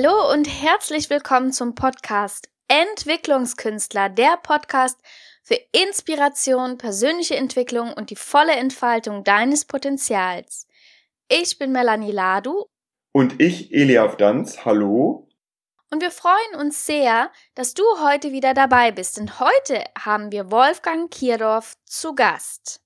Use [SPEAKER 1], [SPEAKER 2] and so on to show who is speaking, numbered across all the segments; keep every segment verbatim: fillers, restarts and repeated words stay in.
[SPEAKER 1] Hallo und herzlich willkommen zum Podcast Entwicklungskünstler, der Podcast für Inspiration, persönliche Entwicklung und die volle Entfaltung deines Potenzials. Ich bin Melanie Ladu.
[SPEAKER 2] Und ich, Eliav Danz. Hallo.
[SPEAKER 1] Und wir freuen uns sehr, dass du heute wieder dabei bist. Und heute haben wir Wolfgang Kierdorf zu Gast.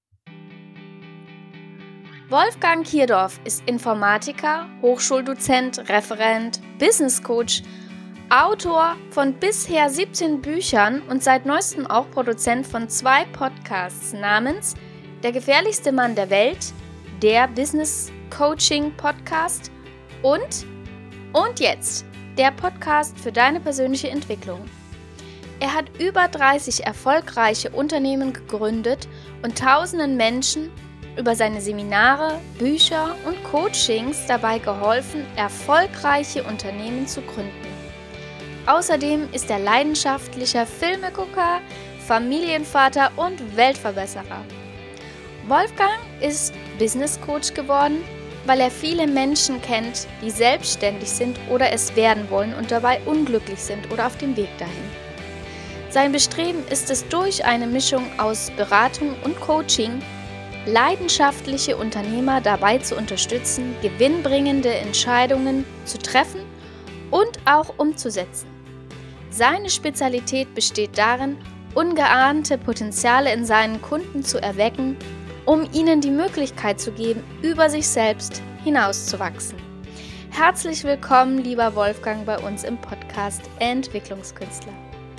[SPEAKER 1] Wolfgang Kierdorf ist Informatiker, Hochschuldozent, Referent, Business Coach, Autor von bisher siebzehn Büchern und seit neuestem auch Produzent von zwei Podcasts namens Der gefährlichste Mann der Welt, der Business Coaching Podcast und und jetzt der Podcast für deine persönliche Entwicklung. Er hat über dreißig erfolgreiche Unternehmen gegründet und tausenden Menschen über seine Seminare, Bücher und Coachings dabei geholfen, erfolgreiche Unternehmen zu gründen. Außerdem ist er leidenschaftlicher Filmegucker, Familienvater und Weltverbesserer. Wolfgang ist Business Coach geworden, weil er viele Menschen kennt, die selbstständig sind oder es werden wollen und dabei unglücklich sind oder auf dem Weg dahin. Sein Bestreben ist es, durch eine Mischung aus Beratung und Coaching leidenschaftliche Unternehmer dabei zu unterstützen, gewinnbringende Entscheidungen zu treffen und auch umzusetzen. Seine Spezialität besteht darin, ungeahnte Potenziale in seinen Kunden zu erwecken, um ihnen die Möglichkeit zu geben, über sich selbst hinauszuwachsen. Herzlich willkommen, lieber Wolfgang, bei uns im Podcast Entwicklungskünstler.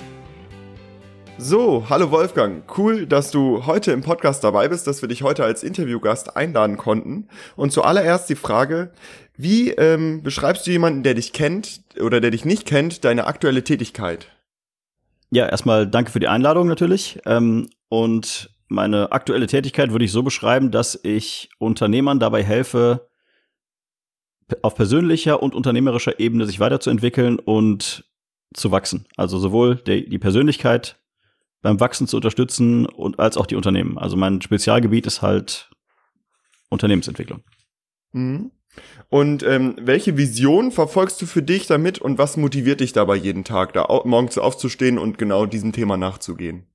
[SPEAKER 2] So, hallo Wolfgang, cool, dass du heute im Podcast dabei bist, dass wir dich heute als Interviewgast einladen konnten. Und zuallererst die Frage, wie ähm, beschreibst du jemanden, der dich kennt oder der dich nicht kennt, deine aktuelle Tätigkeit?
[SPEAKER 3] Ja, erstmal danke für die Einladung natürlich. Ähm, und meine aktuelle Tätigkeit würde ich so beschreiben, dass ich Unternehmern dabei helfe, auf persönlicher und unternehmerischer Ebene sich weiterzuentwickeln und zu wachsen. Also sowohl die, die Persönlichkeit beim Wachsen zu unterstützen und als auch die Unternehmen. Also mein Spezialgebiet ist halt Unternehmensentwicklung.
[SPEAKER 2] Mhm. Und ähm, welche Vision verfolgst du für dich damit und was motiviert dich dabei jeden Tag, da au- morgens aufzustehen und genau diesem Thema nachzugehen?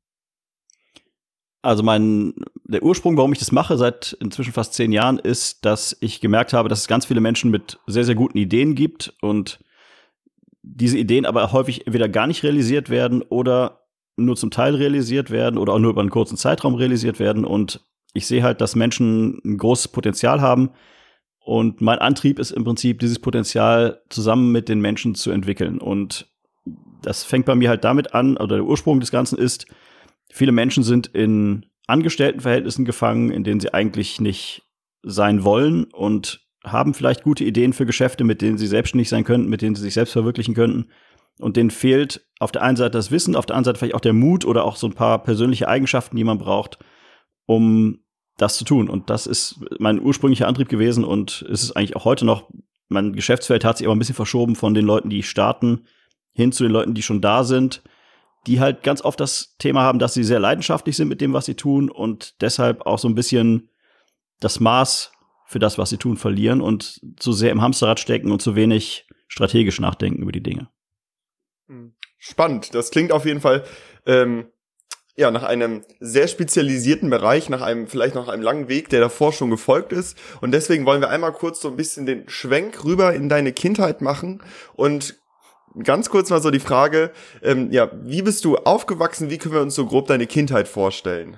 [SPEAKER 3] Also mein der Ursprung, warum ich das mache seit inzwischen fast zehn Jahren, ist, dass ich gemerkt habe, dass es ganz viele Menschen mit sehr, sehr guten Ideen gibt und diese Ideen aber häufig entweder gar nicht realisiert werden oder nur zum Teil realisiert werden oder auch nur über einen kurzen Zeitraum realisiert werden. Und ich sehe halt, dass Menschen ein großes Potenzial haben. Und mein Antrieb ist im Prinzip, dieses Potenzial zusammen mit den Menschen zu entwickeln. Und das fängt bei mir halt damit an, oder der Ursprung des Ganzen ist, viele Menschen sind in Angestelltenverhältnissen gefangen, in denen sie eigentlich nicht sein wollen und haben vielleicht gute Ideen für Geschäfte, mit denen sie selbstständig sein könnten, mit denen sie sich selbst verwirklichen könnten. Und denen fehlt auf der einen Seite das Wissen, auf der anderen Seite vielleicht auch der Mut oder auch so ein paar persönliche Eigenschaften, die man braucht, um das zu tun. Und das ist mein ursprünglicher Antrieb gewesen und es ist eigentlich auch heute noch. Mein Geschäftsfeld hat sich aber ein bisschen verschoben von den Leuten, die starten, hin zu den Leuten, die schon da sind, die halt ganz oft das Thema haben, dass sie sehr leidenschaftlich sind mit dem, was sie tun und deshalb auch so ein bisschen das Maß für das, was sie tun, verlieren und zu sehr im Hamsterrad stecken und zu wenig strategisch nachdenken über die Dinge.
[SPEAKER 2] Spannend. Das klingt auf jeden Fall ähm, ja nach einem sehr spezialisierten Bereich, nach einem vielleicht noch einem langen Weg, der davor schon gefolgt ist. Und deswegen wollen wir einmal kurz so ein bisschen den Schwenk rüber in deine Kindheit machen und ganz kurz mal so die Frage, ähm, ja, wie bist du aufgewachsen? Wie können wir uns so grob deine Kindheit vorstellen?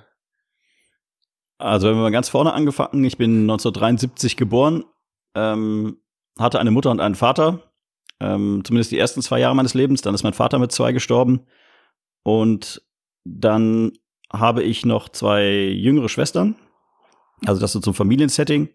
[SPEAKER 3] Also wenn wir mal ganz vorne angefangen, ich bin neunzehnhundertdreiundsiebzig geboren, ähm, hatte eine Mutter und einen Vater. Ähm, zumindest die ersten zwei Jahre meines Lebens. Dann ist mein Vater mit zwei gestorben. Und dann habe ich noch zwei jüngere Schwestern. Also das ist so ein Familiensetting.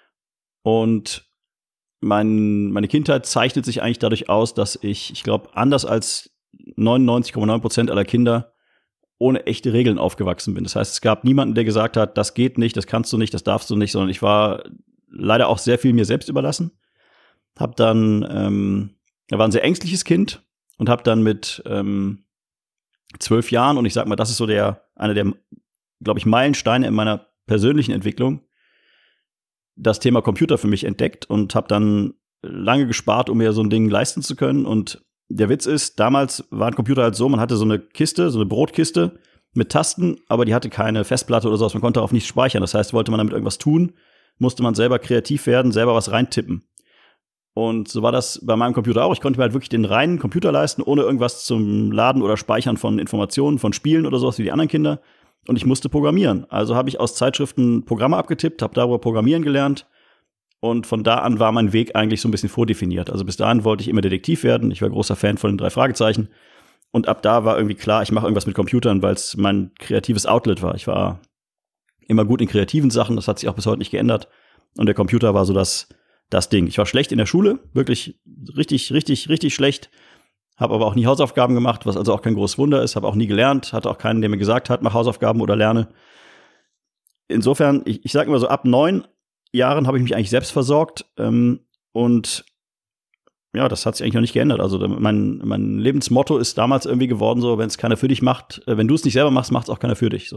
[SPEAKER 3] Und mein, meine Kindheit zeichnet sich eigentlich dadurch aus, dass ich, ich glaube, anders als neunundneunzig Komma neun Prozent aller Kinder ohne echte Regeln aufgewachsen bin. Das heißt, es gab niemanden, der gesagt hat, das geht nicht, das kannst du nicht, das darfst du nicht, sondern ich war leider auch sehr viel mir selbst überlassen. Hab dann, ähm, er war ein sehr ängstliches Kind und hab dann mit ähm, zwölf Jahren, und ich sag mal, das ist so der, einer der, glaube ich, Meilensteine in meiner persönlichen Entwicklung, das Thema Computer für mich entdeckt und hab dann lange gespart, um mir so ein Ding leisten zu können. Und der Witz ist, damals war ein Computer halt so, man hatte so eine Kiste, so eine Brotkiste mit Tasten, aber die hatte keine Festplatte oder sowas. Man konnte darauf nichts speichern. Das heißt, wollte man damit irgendwas tun, musste man selber kreativ werden, selber was reintippen. Und so war das bei meinem Computer auch. Ich konnte mir halt wirklich den reinen Computer leisten, ohne irgendwas zum Laden oder Speichern von Informationen, von Spielen oder sowas wie die anderen Kinder. Und ich musste programmieren. Also habe ich aus Zeitschriften Programme abgetippt, habe darüber Programmieren gelernt. Und von da an war mein Weg eigentlich so ein bisschen vordefiniert. Also bis dahin wollte ich immer Detektiv werden. Ich war großer Fan von den drei Fragezeichen. Und ab da war irgendwie klar, ich mache irgendwas mit Computern, weil es mein kreatives Outlet war. Ich war immer gut in kreativen Sachen. Das hat sich auch bis heute nicht geändert. Und der Computer war so das das Ding. Ich war schlecht in der Schule, wirklich richtig, richtig, richtig schlecht. Habe aber auch nie Hausaufgaben gemacht, was also auch kein großes Wunder ist. Habe auch nie gelernt, hatte auch keinen, der mir gesagt hat, mach Hausaufgaben oder lerne. Insofern, ich, ich sage immer so, ab neun Jahren habe ich mich eigentlich selbst versorgt. Ähm, und ja, das hat sich eigentlich noch nicht geändert. Also mein, mein Lebensmotto ist damals irgendwie geworden, so, wenn es keiner für dich macht, äh, wenn du es nicht selber machst, macht es auch keiner für dich. So.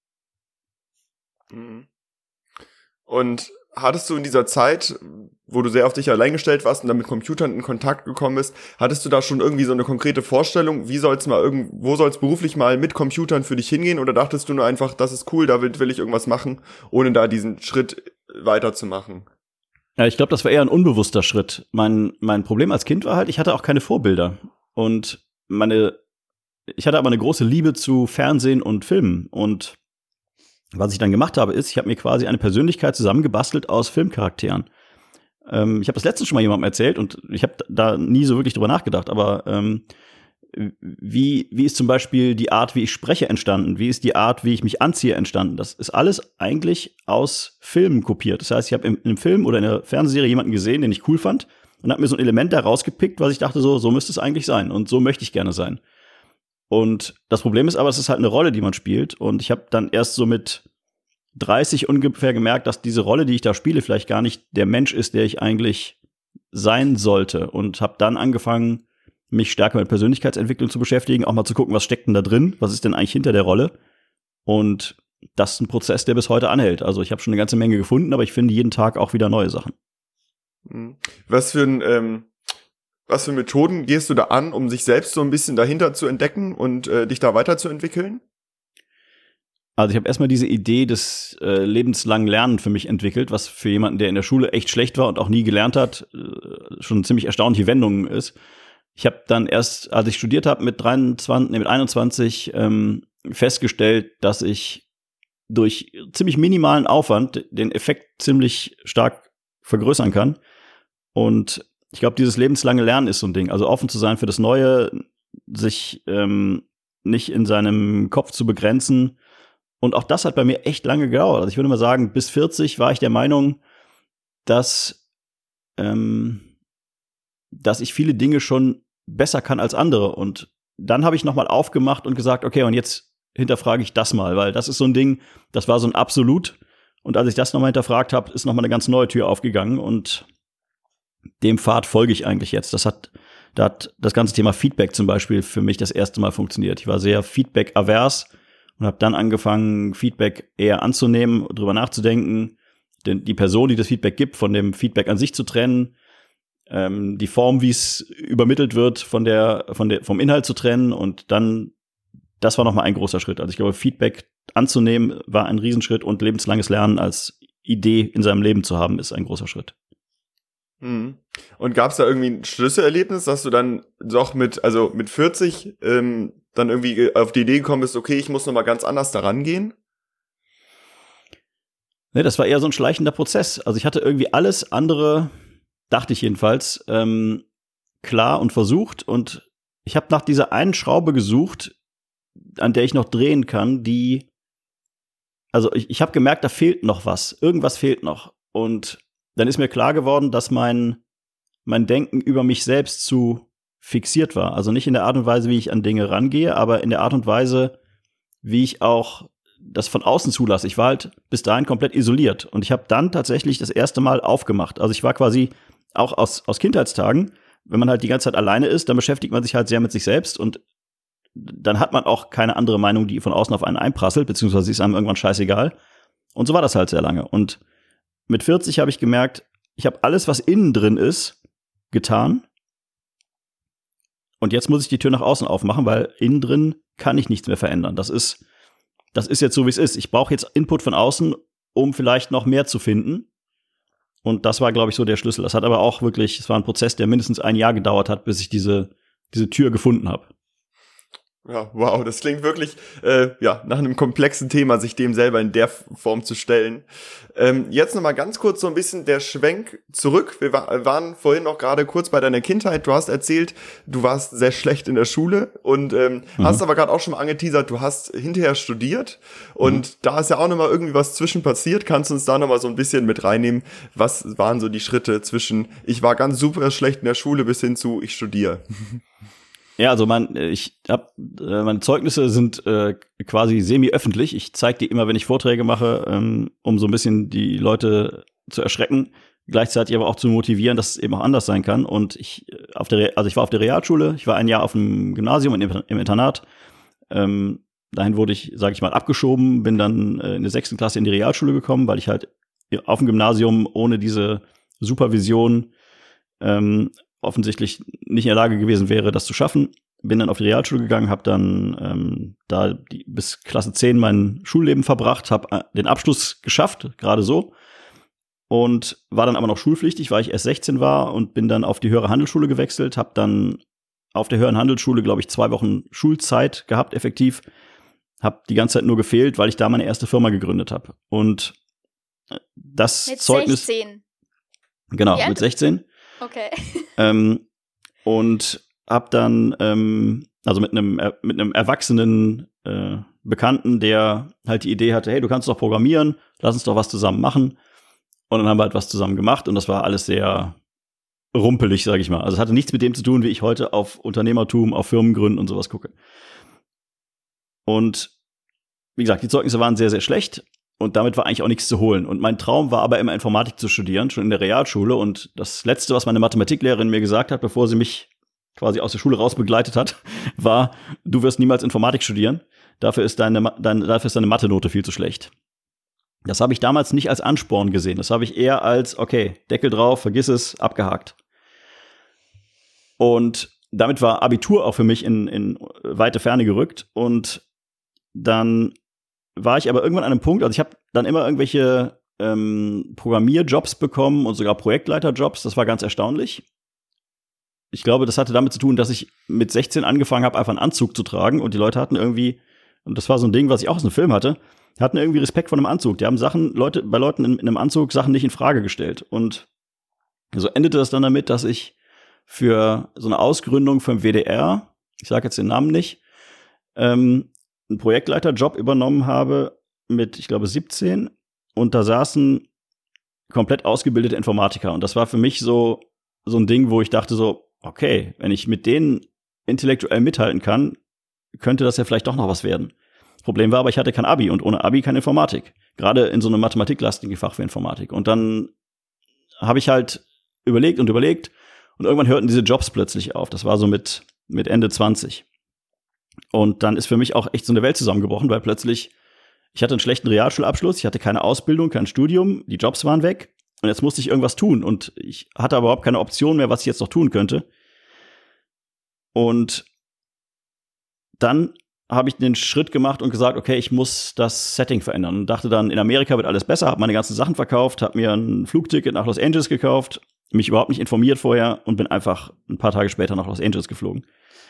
[SPEAKER 2] Und hattest du in dieser Zeit, wo du sehr auf dich allein gestellt warst und dann mit Computern in Kontakt gekommen bist, hattest du da schon irgendwie so eine konkrete Vorstellung, wie soll's mal irgend, wo soll's beruflich mal mit Computern für dich hingehen, oder dachtest du nur einfach, das ist cool, da will, will ich irgendwas machen, ohne da diesen Schritt weiterzumachen?
[SPEAKER 3] Ja, ich glaube, das war eher ein unbewusster Schritt. Mein, mein Problem als Kind war halt, ich hatte auch keine Vorbilder. Und meine, ich hatte aber eine große Liebe zu Fernsehen und Filmen. Und was ich dann gemacht habe, ist, ich habe mir quasi eine Persönlichkeit zusammengebastelt aus Filmcharakteren. Ähm, ich habe das letztens schon mal jemandem erzählt und ich habe da nie so wirklich drüber nachgedacht, aber ähm, wie, wie ist zum Beispiel die Art, wie ich spreche, entstanden? Wie ist die Art, wie ich mich anziehe, entstanden? Das ist alles eigentlich aus Filmen kopiert. Das heißt, ich habe in einem Film oder in einer Fernsehserie jemanden gesehen, den ich cool fand und habe mir so ein Element da rausgepickt, was ich dachte, so, so müsste es eigentlich sein und so möchte ich gerne sein. Und das Problem ist aber, es ist halt eine Rolle, die man spielt. Und ich habe dann erst so mit dreißig ungefähr gemerkt, dass diese Rolle, die ich da spiele, vielleicht gar nicht der Mensch ist, der ich eigentlich sein sollte. Und habe dann angefangen, mich stärker mit Persönlichkeitsentwicklung zu beschäftigen, auch mal zu gucken, was steckt denn da drin, was ist denn eigentlich hinter der Rolle. Und das ist ein Prozess, der bis heute anhält. Also ich habe schon eine ganze Menge gefunden, aber ich finde jeden Tag auch wieder neue Sachen.
[SPEAKER 2] Was für ein ähm Was für Methoden gehst du da an, um sich selbst so ein bisschen dahinter zu entdecken und äh, dich da weiterzuentwickeln?
[SPEAKER 3] Also ich habe erstmal diese Idee des äh, lebenslangen Lernen für mich entwickelt, was für jemanden, der in der Schule echt schlecht war und auch nie gelernt hat, äh, schon ziemlich erstaunliche Wendungen ist. Ich habe dann erst, als ich studiert habe, mit dreiundzwanzig, nee, mit einundzwanzig ähm, festgestellt, dass ich durch ziemlich minimalen Aufwand den Effekt ziemlich stark vergrößern kann. Und ich glaube, dieses lebenslange Lernen ist so ein Ding. Also offen zu sein für das Neue, sich ähm, nicht in seinem Kopf zu begrenzen. Und auch das hat bei mir echt lange gedauert. Also ich würde mal sagen, bis vierzig war ich der Meinung, dass, ähm, dass ich viele Dinge schon besser kann als andere. Und dann habe ich nochmal aufgemacht und gesagt, okay, und jetzt hinterfrage ich das mal. Weil das ist so ein Ding, das war so ein Absolut. Und als ich das nochmal hinterfragt habe, ist nochmal eine ganz neue Tür aufgegangen. Und dem Pfad folge ich eigentlich jetzt. Das hat, da hat das ganze Thema Feedback zum Beispiel für mich das erste Mal funktioniert. Ich war sehr Feedback-avers und habe dann angefangen, Feedback eher anzunehmen, drüber nachzudenken, denn die Person, die das Feedback gibt, von dem Feedback an sich zu trennen, ähm, die Form, wie es übermittelt wird, von der, von der, vom Inhalt zu trennen, und dann, das war nochmal ein großer Schritt. Also ich glaube, Feedback anzunehmen war ein Riesenschritt, und lebenslanges Lernen als Idee in seinem Leben zu haben, ist ein großer Schritt.
[SPEAKER 2] Und gab es da irgendwie ein Schlüsselerlebnis, dass du dann doch mit, also mit vierzig ähm, dann irgendwie auf die Idee gekommen bist, okay, ich muss noch mal ganz anders daran gehen?
[SPEAKER 3] Nee, das war eher so ein schleichender Prozess. Also ich hatte irgendwie alles andere, dachte ich jedenfalls, ähm, klar und versucht. Und ich habe nach dieser einen Schraube gesucht, an der ich noch drehen kann, die, also ich, ich habe gemerkt, da fehlt noch was. Irgendwas fehlt noch. Und dann ist mir klar geworden, dass mein, mein Denken über mich selbst zu fixiert war. Also nicht in der Art und Weise, wie ich an Dinge rangehe, aber in der Art und Weise, wie ich auch das von außen zulasse. Ich war halt bis dahin komplett isoliert. Und ich habe dann tatsächlich das erste Mal aufgemacht. Also ich war quasi auch aus, aus Kindheitstagen, wenn man halt die ganze Zeit alleine ist, dann beschäftigt man sich halt sehr mit sich selbst, und dann hat man auch keine andere Meinung, die von außen auf einen einprasselt, beziehungsweise ist einem irgendwann scheißegal. Und so war das halt sehr lange. Und mit vierzig habe ich gemerkt, ich habe alles, was innen drin ist, getan. Und jetzt muss ich die Tür nach außen aufmachen, weil innen drin kann ich nichts mehr verändern. Das ist, das ist jetzt so, wie es ist. Ich brauche jetzt Input von außen, um vielleicht noch mehr zu finden. Und das war, glaube ich, so der Schlüssel. Das hat aber auch wirklich, es war ein Prozess, der mindestens ein Jahr gedauert hat, bis ich diese, diese Tür gefunden habe.
[SPEAKER 2] Ja, wow, das klingt wirklich äh, ja nach einem komplexen Thema, sich dem selber in der Form zu stellen. Ähm, jetzt noch mal ganz kurz so ein bisschen der Schwenk zurück. Wir wa- waren vorhin noch gerade kurz bei deiner Kindheit. Du hast erzählt, du warst sehr schlecht in der Schule und ähm, mhm. hast aber gerade auch schon mal angeteasert, du hast hinterher studiert und mhm. da ist ja auch noch mal irgendwie was zwischen passiert. Kannst du uns da noch mal so ein bisschen mit reinnehmen? Was waren so die Schritte zwischen ich war ganz super schlecht in der Schule bis hin zu ich studiere?
[SPEAKER 3] Ja, also mein, ich hab, äh, meine Zeugnisse sind äh, quasi semi-öffentlich. Ich zeige die immer, wenn ich Vorträge mache, ähm, um so ein bisschen die Leute zu erschrecken, gleichzeitig aber auch zu motivieren, dass es eben auch anders sein kann. Und ich auf der, also ich war auf der Realschule, ich war ein Jahr auf dem Gymnasium im, im Internat. Ähm, dahin wurde ich, sage ich mal, abgeschoben, bin dann äh, in der sechsten Klasse in die Realschule gekommen, weil ich halt auf dem Gymnasium ohne diese Supervision ähm, offensichtlich nicht in der Lage gewesen wäre, das zu schaffen. Bin dann auf die Realschule gegangen, habe dann ähm, da die, bis Klasse zehn mein Schulleben verbracht, habe den Abschluss geschafft, gerade so. Und war dann aber noch schulpflichtig, weil ich erst sechzehn war und bin dann auf die höhere Handelsschule gewechselt, habe dann auf der höheren Handelsschule, glaube ich, zwei Wochen Schulzeit gehabt, effektiv. Habe die ganze Zeit nur gefehlt, weil ich da meine erste Firma gegründet habe. Und das
[SPEAKER 1] mit
[SPEAKER 3] Zeugnis...
[SPEAKER 1] sechzehn?
[SPEAKER 3] Genau,
[SPEAKER 1] ja?
[SPEAKER 3] mit sechzehn.
[SPEAKER 1] Okay.
[SPEAKER 3] Ähm, und hab dann, ähm, also mit einem mit einem erwachsenen äh, Bekannten, der halt die Idee hatte, hey, du kannst doch programmieren, lass uns doch was zusammen machen. Und dann haben wir halt was zusammen gemacht und das war alles sehr rumpelig, sage ich mal. Also es hatte nichts mit dem zu tun, wie ich heute auf Unternehmertum, auf Firmengründen und sowas gucke. Und wie gesagt, die Zeugnisse waren sehr, sehr schlecht. Und damit war eigentlich auch nichts zu holen. Und mein Traum war aber immer Informatik zu studieren, schon in der Realschule. Und das Letzte, was meine Mathematiklehrerin mir gesagt hat, bevor sie mich quasi aus der Schule raus begleitet hat, war, du wirst niemals Informatik studieren. Dafür ist deine, dein, dafür ist deine Mathe-Note viel zu schlecht. Das habe ich damals nicht als Ansporn gesehen. Das habe ich eher als, okay, Deckel drauf, vergiss es, abgehakt. Und damit war Abitur auch für mich in, in weite Ferne gerückt. Und dann war ich aber irgendwann an einem Punkt, also ich habe dann immer irgendwelche ähm, Programmierjobs bekommen und sogar Projektleiterjobs, das war ganz erstaunlich. Ich glaube, das hatte damit zu tun, dass ich mit sechzehn angefangen habe, einfach einen Anzug zu tragen und die Leute hatten irgendwie, und das war so ein Ding, was ich auch aus einem Film hatte, hatten irgendwie Respekt vor einem Anzug. Die haben Sachen, Leute, bei Leuten in, in einem Anzug Sachen nicht in Frage gestellt. Und so endete das dann damit, dass ich für so eine Ausgründung vom W D R, ich sage jetzt den Namen nicht, ähm, einen Projektleiterjob übernommen habe mit, ich glaube, siebzehn. Und da saßen komplett ausgebildete Informatiker. Und das war für mich so, so ein Ding, wo ich dachte so, okay, wenn ich mit denen intellektuell mithalten kann, könnte das ja vielleicht doch noch was werden. Das Problem war aber, ich hatte kein Abi und ohne Abi keine Informatik. Gerade in so einem mathematiklastigen Fach für Informatik. Und dann habe ich halt überlegt und überlegt und irgendwann hörten diese Jobs plötzlich auf. Das war so mit, mit Ende zwanzig. Und dann ist für mich auch echt so eine Welt zusammengebrochen, weil plötzlich, ich hatte einen schlechten Realschulabschluss, ich hatte keine Ausbildung, kein Studium, die Jobs waren weg und jetzt musste ich irgendwas tun und ich hatte aber überhaupt keine Option mehr, was ich jetzt noch tun könnte. Und dann habe ich den Schritt gemacht und gesagt, okay, ich muss das Setting verändern und dachte dann, in Amerika wird alles besser, habe meine ganzen Sachen verkauft, habe mir ein Flugticket nach Los Angeles gekauft, mich überhaupt nicht informiert vorher und bin einfach ein paar Tage später nach Los Angeles geflogen.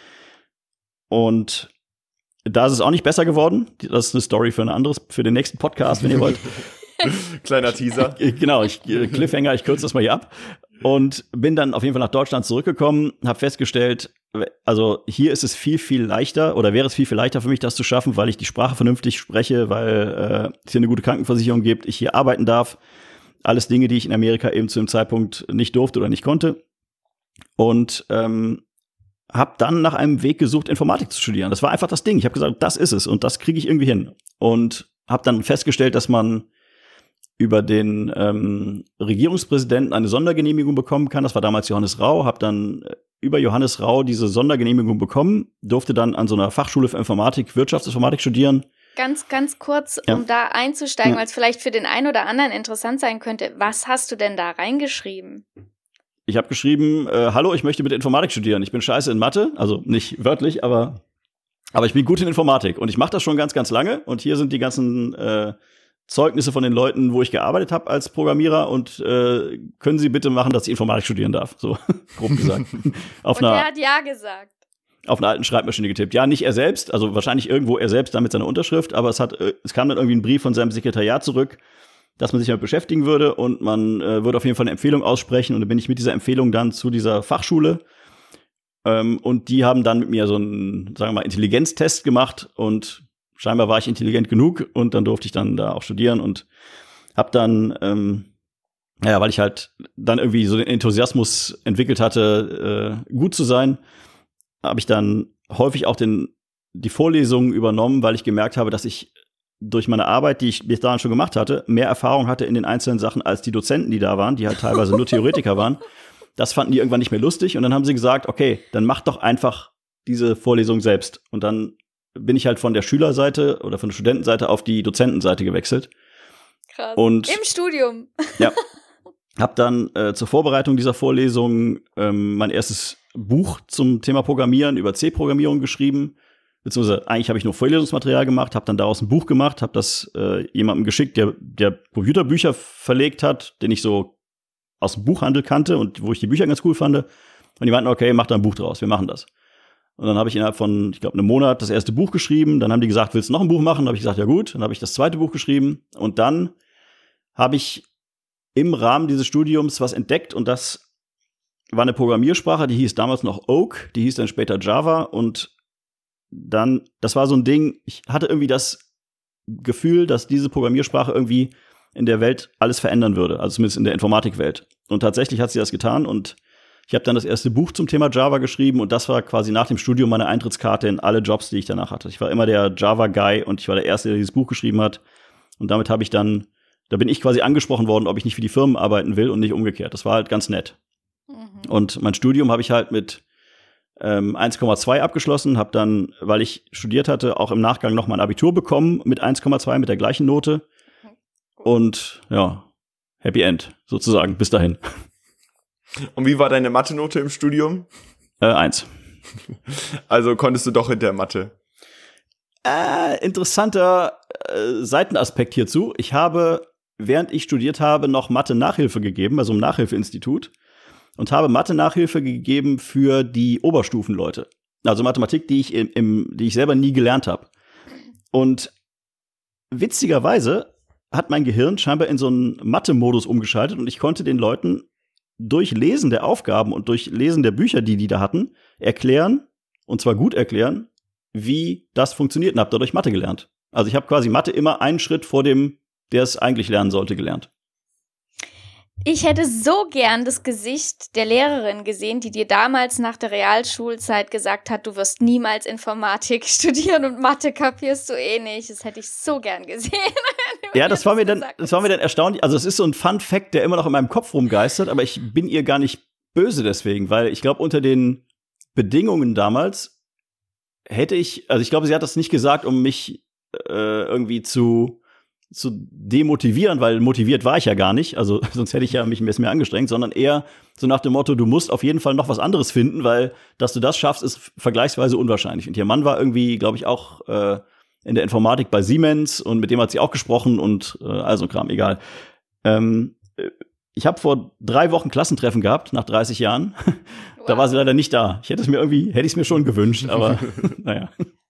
[SPEAKER 3] Und da ist es auch nicht besser geworden. Das ist eine Story für ein anderes, für den nächsten Podcast, wenn ihr wollt.
[SPEAKER 2] Kleiner Teaser.
[SPEAKER 3] Genau, ich, Cliffhanger, ich kürze das mal hier ab. Und bin dann auf jeden Fall nach Deutschland zurückgekommen, habe festgestellt, also hier ist es viel, viel leichter oder wäre es viel, viel leichter für mich, das zu schaffen, weil ich die Sprache vernünftig spreche, weil äh, es hier eine gute Krankenversicherung gibt, ich hier arbeiten darf. Alles Dinge, die ich in Amerika eben zu dem Zeitpunkt nicht durfte oder nicht konnte. Und ähm, habe dann nach einem Weg gesucht, Informatik zu studieren. Das war einfach das Ding. Ich habe gesagt, das ist es und das kriege ich irgendwie hin. Und habe dann festgestellt, dass man über den ähm, Regierungspräsidenten eine Sondergenehmigung bekommen kann. Das war damals Johannes Rau. Habe dann über Johannes Rau diese Sondergenehmigung bekommen, durfte dann an so einer Fachschule für Informatik, Wirtschaftsinformatik studieren.
[SPEAKER 1] Ganz, ganz kurz,
[SPEAKER 3] ja.
[SPEAKER 1] um da einzusteigen,
[SPEAKER 3] ja.
[SPEAKER 1] weil es vielleicht für den einen oder anderen interessant sein könnte. Was hast du denn da reingeschrieben?
[SPEAKER 3] ich habe geschrieben, äh, hallo, ich möchte bitte Informatik studieren. Ich bin scheiße in Mathe, also nicht wörtlich, aber aber ich bin gut in Informatik und ich mache das schon ganz, ganz lange. Und hier sind die ganzen äh, Zeugnisse von den Leuten, wo ich gearbeitet habe als Programmierer und äh, können Sie bitte machen, dass ich Informatik studieren darf. So, grob gesagt. Auf
[SPEAKER 1] und
[SPEAKER 3] einer,
[SPEAKER 1] er hat ja gesagt.
[SPEAKER 3] Auf einer alten Schreibmaschine getippt. Ja, nicht er selbst, also wahrscheinlich irgendwo er selbst da mit seiner Unterschrift, aber es hat, es kam dann irgendwie ein Brief von seinem Sekretariat zurück, dass man sich damit beschäftigen würde und man äh, würde auf jeden Fall eine Empfehlung aussprechen und dann bin ich mit dieser Empfehlung dann zu dieser Fachschule ähm, und die haben dann mit mir so einen, sagen wir mal, Intelligenztest gemacht und scheinbar war ich intelligent genug und dann durfte ich dann da auch studieren und hab dann, ähm, ja, weil ich halt dann irgendwie so den Enthusiasmus entwickelt hatte, äh, gut zu sein, habe ich dann häufig auch den, die Vorlesungen übernommen, weil ich gemerkt habe, dass ich durch meine Arbeit, die ich bis dahin schon gemacht hatte, mehr Erfahrung hatte in den einzelnen Sachen als die Dozenten, die da waren, die halt teilweise nur Theoretiker waren. Das fanden die irgendwann nicht mehr lustig und dann haben sie gesagt, okay, dann mach doch einfach diese Vorlesung selbst. Und dann bin ich halt von der Schülerseite oder von der Studentenseite auf die Dozentenseite gewechselt.
[SPEAKER 1] Krass.
[SPEAKER 3] Und
[SPEAKER 1] im Studium.
[SPEAKER 3] Ja. Hab dann äh, zur Vorbereitung dieser Vorlesung ähm, mein erstes Buch zum Thema Programmieren über C-Programmierung geschrieben. Beziehungsweise eigentlich habe ich nur Vorlesungsmaterial gemacht, habe dann daraus ein Buch gemacht, habe das äh, jemandem geschickt, der, der Computerbücher verlegt hat, den ich so aus dem Buchhandel kannte und wo ich die Bücher ganz cool fand. Und die meinten, okay, mach da ein Buch draus, wir machen das. Und dann habe ich innerhalb von, ich glaube, einem Monat das erste Buch geschrieben. Dann haben die gesagt, willst du noch ein Buch machen? Dann habe ich gesagt, ja gut. Dann habe ich das zweite Buch geschrieben. Und dann habe ich im Rahmen dieses Studiums was entdeckt. Und das war eine Programmiersprache, die hieß damals noch Oak. Die hieß dann später Java. Und dann, das war so ein Ding, ich hatte irgendwie das Gefühl, dass diese Programmiersprache irgendwie in der Welt alles verändern würde. Also zumindest in der Informatikwelt. Und tatsächlich hat sie das getan. Und ich habe dann das erste Buch zum Thema Java geschrieben und das war quasi nach dem Studium meine Eintrittskarte in alle Jobs, die ich danach hatte. Ich war immer der Java-Guy und ich war der Erste, der dieses Buch geschrieben hat. Und damit habe ich dann, da bin ich quasi angesprochen worden, ob ich nicht für die Firmen arbeiten will und nicht umgekehrt. Das war halt ganz nett. Mhm. Und mein Studium habe ich halt mit ähm, eins Komma zwei abgeschlossen, habe dann, weil ich studiert hatte, auch im Nachgang noch mein Abitur bekommen mit eins Komma zwei, mit der gleichen Note. Und ja, Happy End sozusagen, bis dahin.
[SPEAKER 2] Und wie war deine Mathe-Note im Studium?
[SPEAKER 3] Äh, eins.
[SPEAKER 2] Also konntest du doch in der Mathe.
[SPEAKER 3] Äh, interessanter äh, Seitenaspekt hierzu. Ich habe, während ich studiert habe, noch Mathe-Nachhilfe gegeben, also im Nachhilfeinstitut. Und habe Mathe-Nachhilfe gegeben für die Oberstufenleute. Also Mathematik, die ich, im, im, die ich selber nie gelernt habe. Und witzigerweise hat mein Gehirn scheinbar in so einen Mathe-Modus umgeschaltet und ich konnte den Leuten durch Lesen der Aufgaben und durch Lesen der Bücher, die die da hatten, erklären, und zwar gut erklären, wie das funktioniert und habe dadurch Mathe gelernt. Also ich habe quasi Mathe immer einen Schritt vor dem, der es eigentlich lernen sollte, gelernt.
[SPEAKER 1] Ich hätte so gern das Gesicht der Lehrerin gesehen, die dir damals nach der Realschulzeit gesagt hat, du wirst niemals Informatik studieren und Mathe kapierst du eh nicht. Das hätte ich so gern gesehen.
[SPEAKER 3] Ja, das war mir dann, das war mir dann erstaunlich. Also es ist so ein Fun-Fact, der immer noch in meinem Kopf rumgeistert, aber ich bin ihr gar nicht böse deswegen, weil ich glaube, unter den Bedingungen damals hätte ich, also ich glaube, sie hat das nicht gesagt, um mich äh, irgendwie zu zu demotivieren, weil motiviert war ich ja gar nicht, also sonst hätte ich ja mich ein bisschen mehr angestrengt, sondern eher so nach dem Motto, du musst auf jeden Fall noch was anderes finden, weil dass du das schaffst, ist vergleichsweise unwahrscheinlich. Und ihr Mann war irgendwie, glaube ich, auch äh, in der Informatik bei Siemens und mit dem hat sie auch gesprochen und äh, also Kram, egal. Ähm, ich habe vor drei Wochen Klassentreffen gehabt, nach dreißig Jahren. Wow. Da war sie leider nicht da. Ich hätte es mir irgendwie, hätte ich es mir schon gewünscht, aber naja.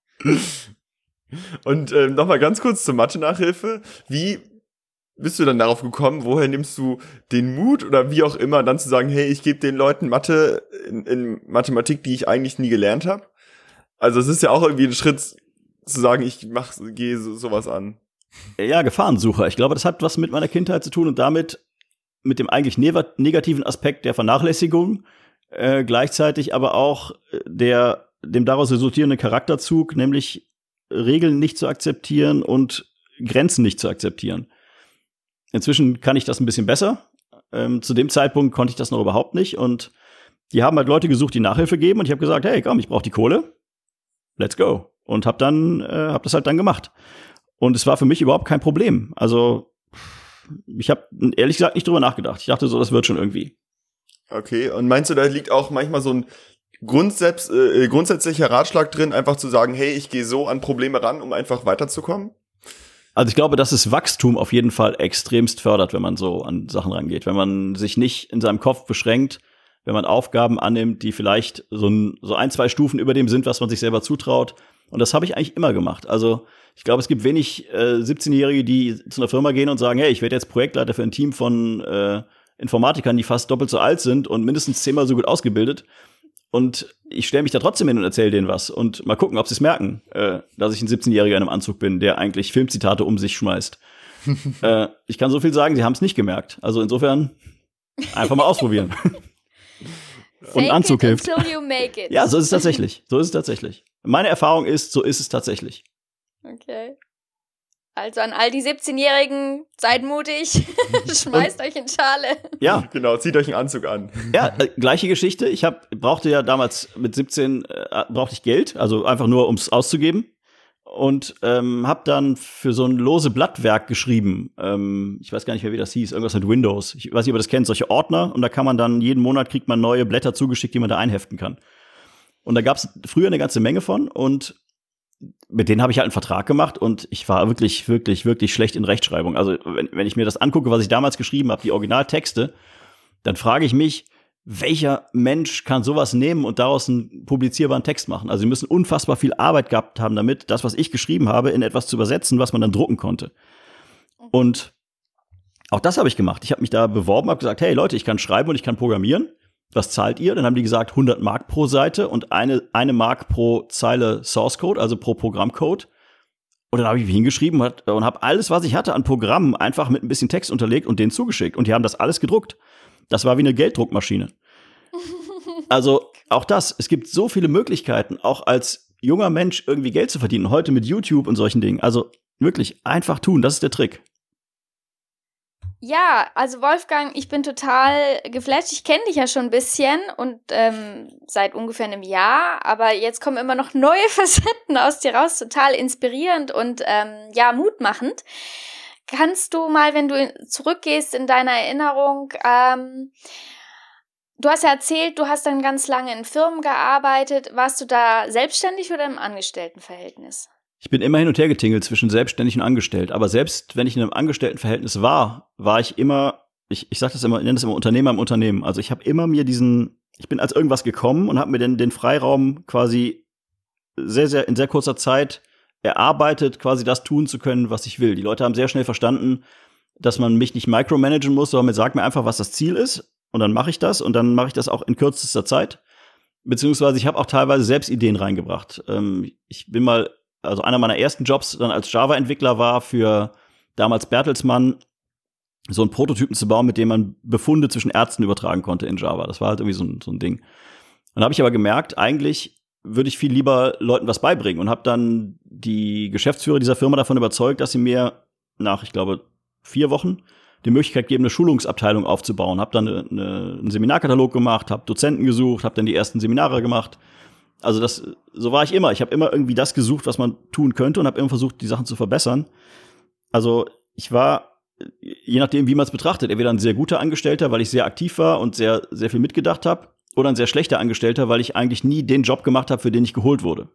[SPEAKER 2] Und äh, noch mal ganz kurz zur Mathe-Nachhilfe. Wie bist du dann darauf gekommen? Woher nimmst du den Mut oder wie auch immer, dann zu sagen, hey, ich gebe den Leuten Mathe in, in Mathematik, die ich eigentlich nie gelernt habe? Also es ist ja auch irgendwie ein Schritt zu sagen, ich mach, gehe so, sowas an.
[SPEAKER 3] Ja, Gefahrensucher. Ich glaube, das hat was mit meiner Kindheit zu tun und damit mit dem eigentlich ne- negativen Aspekt der Vernachlässigung, äh, gleichzeitig aber auch der dem daraus resultierenden Charakterzug, nämlich Regeln nicht zu akzeptieren und Grenzen nicht zu akzeptieren. Inzwischen kann ich das ein bisschen besser. Ähm, zu dem Zeitpunkt konnte ich das noch überhaupt nicht. Und die haben halt Leute gesucht, die Nachhilfe geben. Und ich habe gesagt, hey, komm, ich brauche die Kohle. Let's go. Und habe dann, äh, hab das halt dann gemacht. Und es war für mich überhaupt kein Problem. Also ich habe ehrlich gesagt nicht drüber nachgedacht. Ich dachte so, das wird schon irgendwie.
[SPEAKER 2] Okay, und meinst du, da liegt auch manchmal so ein Grundsatz, äh, grundsätzlicher Ratschlag drin, einfach zu sagen, hey, ich gehe so an Probleme ran, um einfach weiterzukommen?
[SPEAKER 3] Also ich glaube, dass es Wachstum auf jeden Fall extremst fördert, wenn man so an Sachen rangeht. Wenn man sich nicht in seinem Kopf beschränkt, wenn man Aufgaben annimmt, die vielleicht so ein, so ein, zwei Stufen über dem sind, was man sich selber zutraut. Und das habe ich eigentlich immer gemacht. Also ich glaube, es gibt wenig äh, siebzehnjährige, die zu einer Firma gehen und sagen, hey, ich werde jetzt Projektleiter für ein Team von äh, Informatikern, die fast doppelt so alt sind und mindestens zehnmal so gut ausgebildet. Und ich stelle mich da trotzdem hin und erzähle denen was. Und mal gucken, ob sie es merken, äh, dass ich ein siebzehnjähriger in einem Anzug bin, der eigentlich Filmzitate um sich schmeißt. äh, ich kann so viel sagen, sie haben es nicht gemerkt. Also insofern einfach mal ausprobieren. Und Anzug hilft.
[SPEAKER 1] Until you make it.
[SPEAKER 3] Ja, so ist es tatsächlich. So ist es tatsächlich. Meine Erfahrung ist, so ist es tatsächlich.
[SPEAKER 1] Okay. Also an all die siebzehnjährigen, seid mutig, schmeißt euch in Schale.
[SPEAKER 3] Ja,
[SPEAKER 2] genau, zieht euch einen Anzug an.
[SPEAKER 3] Ja, äh, gleiche Geschichte. Ich hab, brauchte ja damals mit siebzehn, äh, brauchte ich Geld, also einfach nur, ums auszugeben. Und ähm, habe dann für so ein lose Blattwerk geschrieben. Ähm, ich weiß gar nicht mehr, wie das hieß. Irgendwas mit Windows. Ich weiß nicht, ob ihr das kennt. Solche Ordner. Und da kann man dann jeden Monat kriegt man neue Blätter zugeschickt, die man da einheften kann. Und da gab es früher eine ganze Menge von. Und mit denen habe ich halt einen Vertrag gemacht. Und ich war wirklich, wirklich, wirklich schlecht in Rechtschreibung. Also wenn, wenn ich mir das angucke, was ich damals geschrieben habe, die Originaltexte, dann frage ich mich, welcher Mensch kann sowas nehmen und daraus einen publizierbaren Text machen? Also sie müssen unfassbar viel Arbeit gehabt haben damit, das, was ich geschrieben habe, in etwas zu übersetzen, was man dann drucken konnte. Und auch das habe ich gemacht. Ich habe mich da beworben, habe gesagt, hey Leute, ich kann schreiben und ich kann programmieren. Was zahlt ihr? Dann haben die gesagt, hundert Mark pro Seite und eine, eine Mark pro Zeile Source Code, also pro Programmcode. Und dann habe ich mich hingeschrieben und habe alles, was ich hatte an Programmen, einfach mit ein bisschen Text unterlegt und denen zugeschickt. Und die haben das alles gedruckt. Das war wie eine Gelddruckmaschine. Also auch das, es gibt so viele Möglichkeiten, auch als junger Mensch irgendwie Geld zu verdienen. Heute mit YouTube und solchen Dingen. Also wirklich einfach tun, das ist der Trick.
[SPEAKER 1] Ja, also Wolfgang, ich bin total geflasht. Ich kenne dich ja schon ein bisschen und ähm, seit ungefähr einem Jahr, aber jetzt kommen immer noch neue Facetten aus dir raus, total inspirierend und ähm, ja, mutmachend. Kannst du mal, wenn du zurückgehst in deiner Erinnerung, ähm, du hast ja erzählt, du hast dann ganz lange in Firmen gearbeitet. Warst du da selbstständig oder im Angestelltenverhältnis?
[SPEAKER 3] Ich bin immer hin und her getingelt zwischen selbstständig und angestellt. Aber selbst wenn ich in einem Angestelltenverhältnis war, war ich immer, ich, ich sag das immer, ich nenne das immer Unternehmer im Unternehmen. Also ich habe immer mir diesen, ich bin als irgendwas gekommen und habe mir den, den Freiraum quasi sehr, sehr, in sehr kurzer Zeit erarbeitet, quasi das tun zu können, was ich will. Die Leute haben sehr schnell verstanden, dass man mich nicht micromanagen muss, sondern mir sagt mir einfach, was das Ziel ist. Und dann mache ich das und dann mache ich das auch in kürzester Zeit. Beziehungsweise ich habe auch teilweise selbst Ideen reingebracht. Ähm, ich bin mal, also einer meiner ersten Jobs dann als Java-Entwickler war für damals Bertelsmann, so einen Prototypen zu bauen, mit dem man Befunde zwischen Ärzten übertragen konnte in Java. Das war halt irgendwie so ein, so ein Ding. Und dann habe ich aber gemerkt, eigentlich würde ich viel lieber Leuten was beibringen und habe dann die Geschäftsführer dieser Firma davon überzeugt, dass sie mir nach, ich glaube, vier Wochen die Möglichkeit geben, eine Schulungsabteilung aufzubauen. Habe dann eine, eine, einen Seminarkatalog gemacht, habe Dozenten gesucht, habe dann die ersten Seminare gemacht. Also das, so war ich immer. Ich habe immer irgendwie das gesucht, was man tun könnte und habe immer versucht, die Sachen zu verbessern. Also ich war, je nachdem, wie man es betrachtet, entweder ein sehr guter Angestellter, weil ich sehr aktiv war und sehr, sehr viel mitgedacht habe, oder ein sehr schlechter Angestellter, weil ich eigentlich nie den Job gemacht habe, für den ich geholt wurde.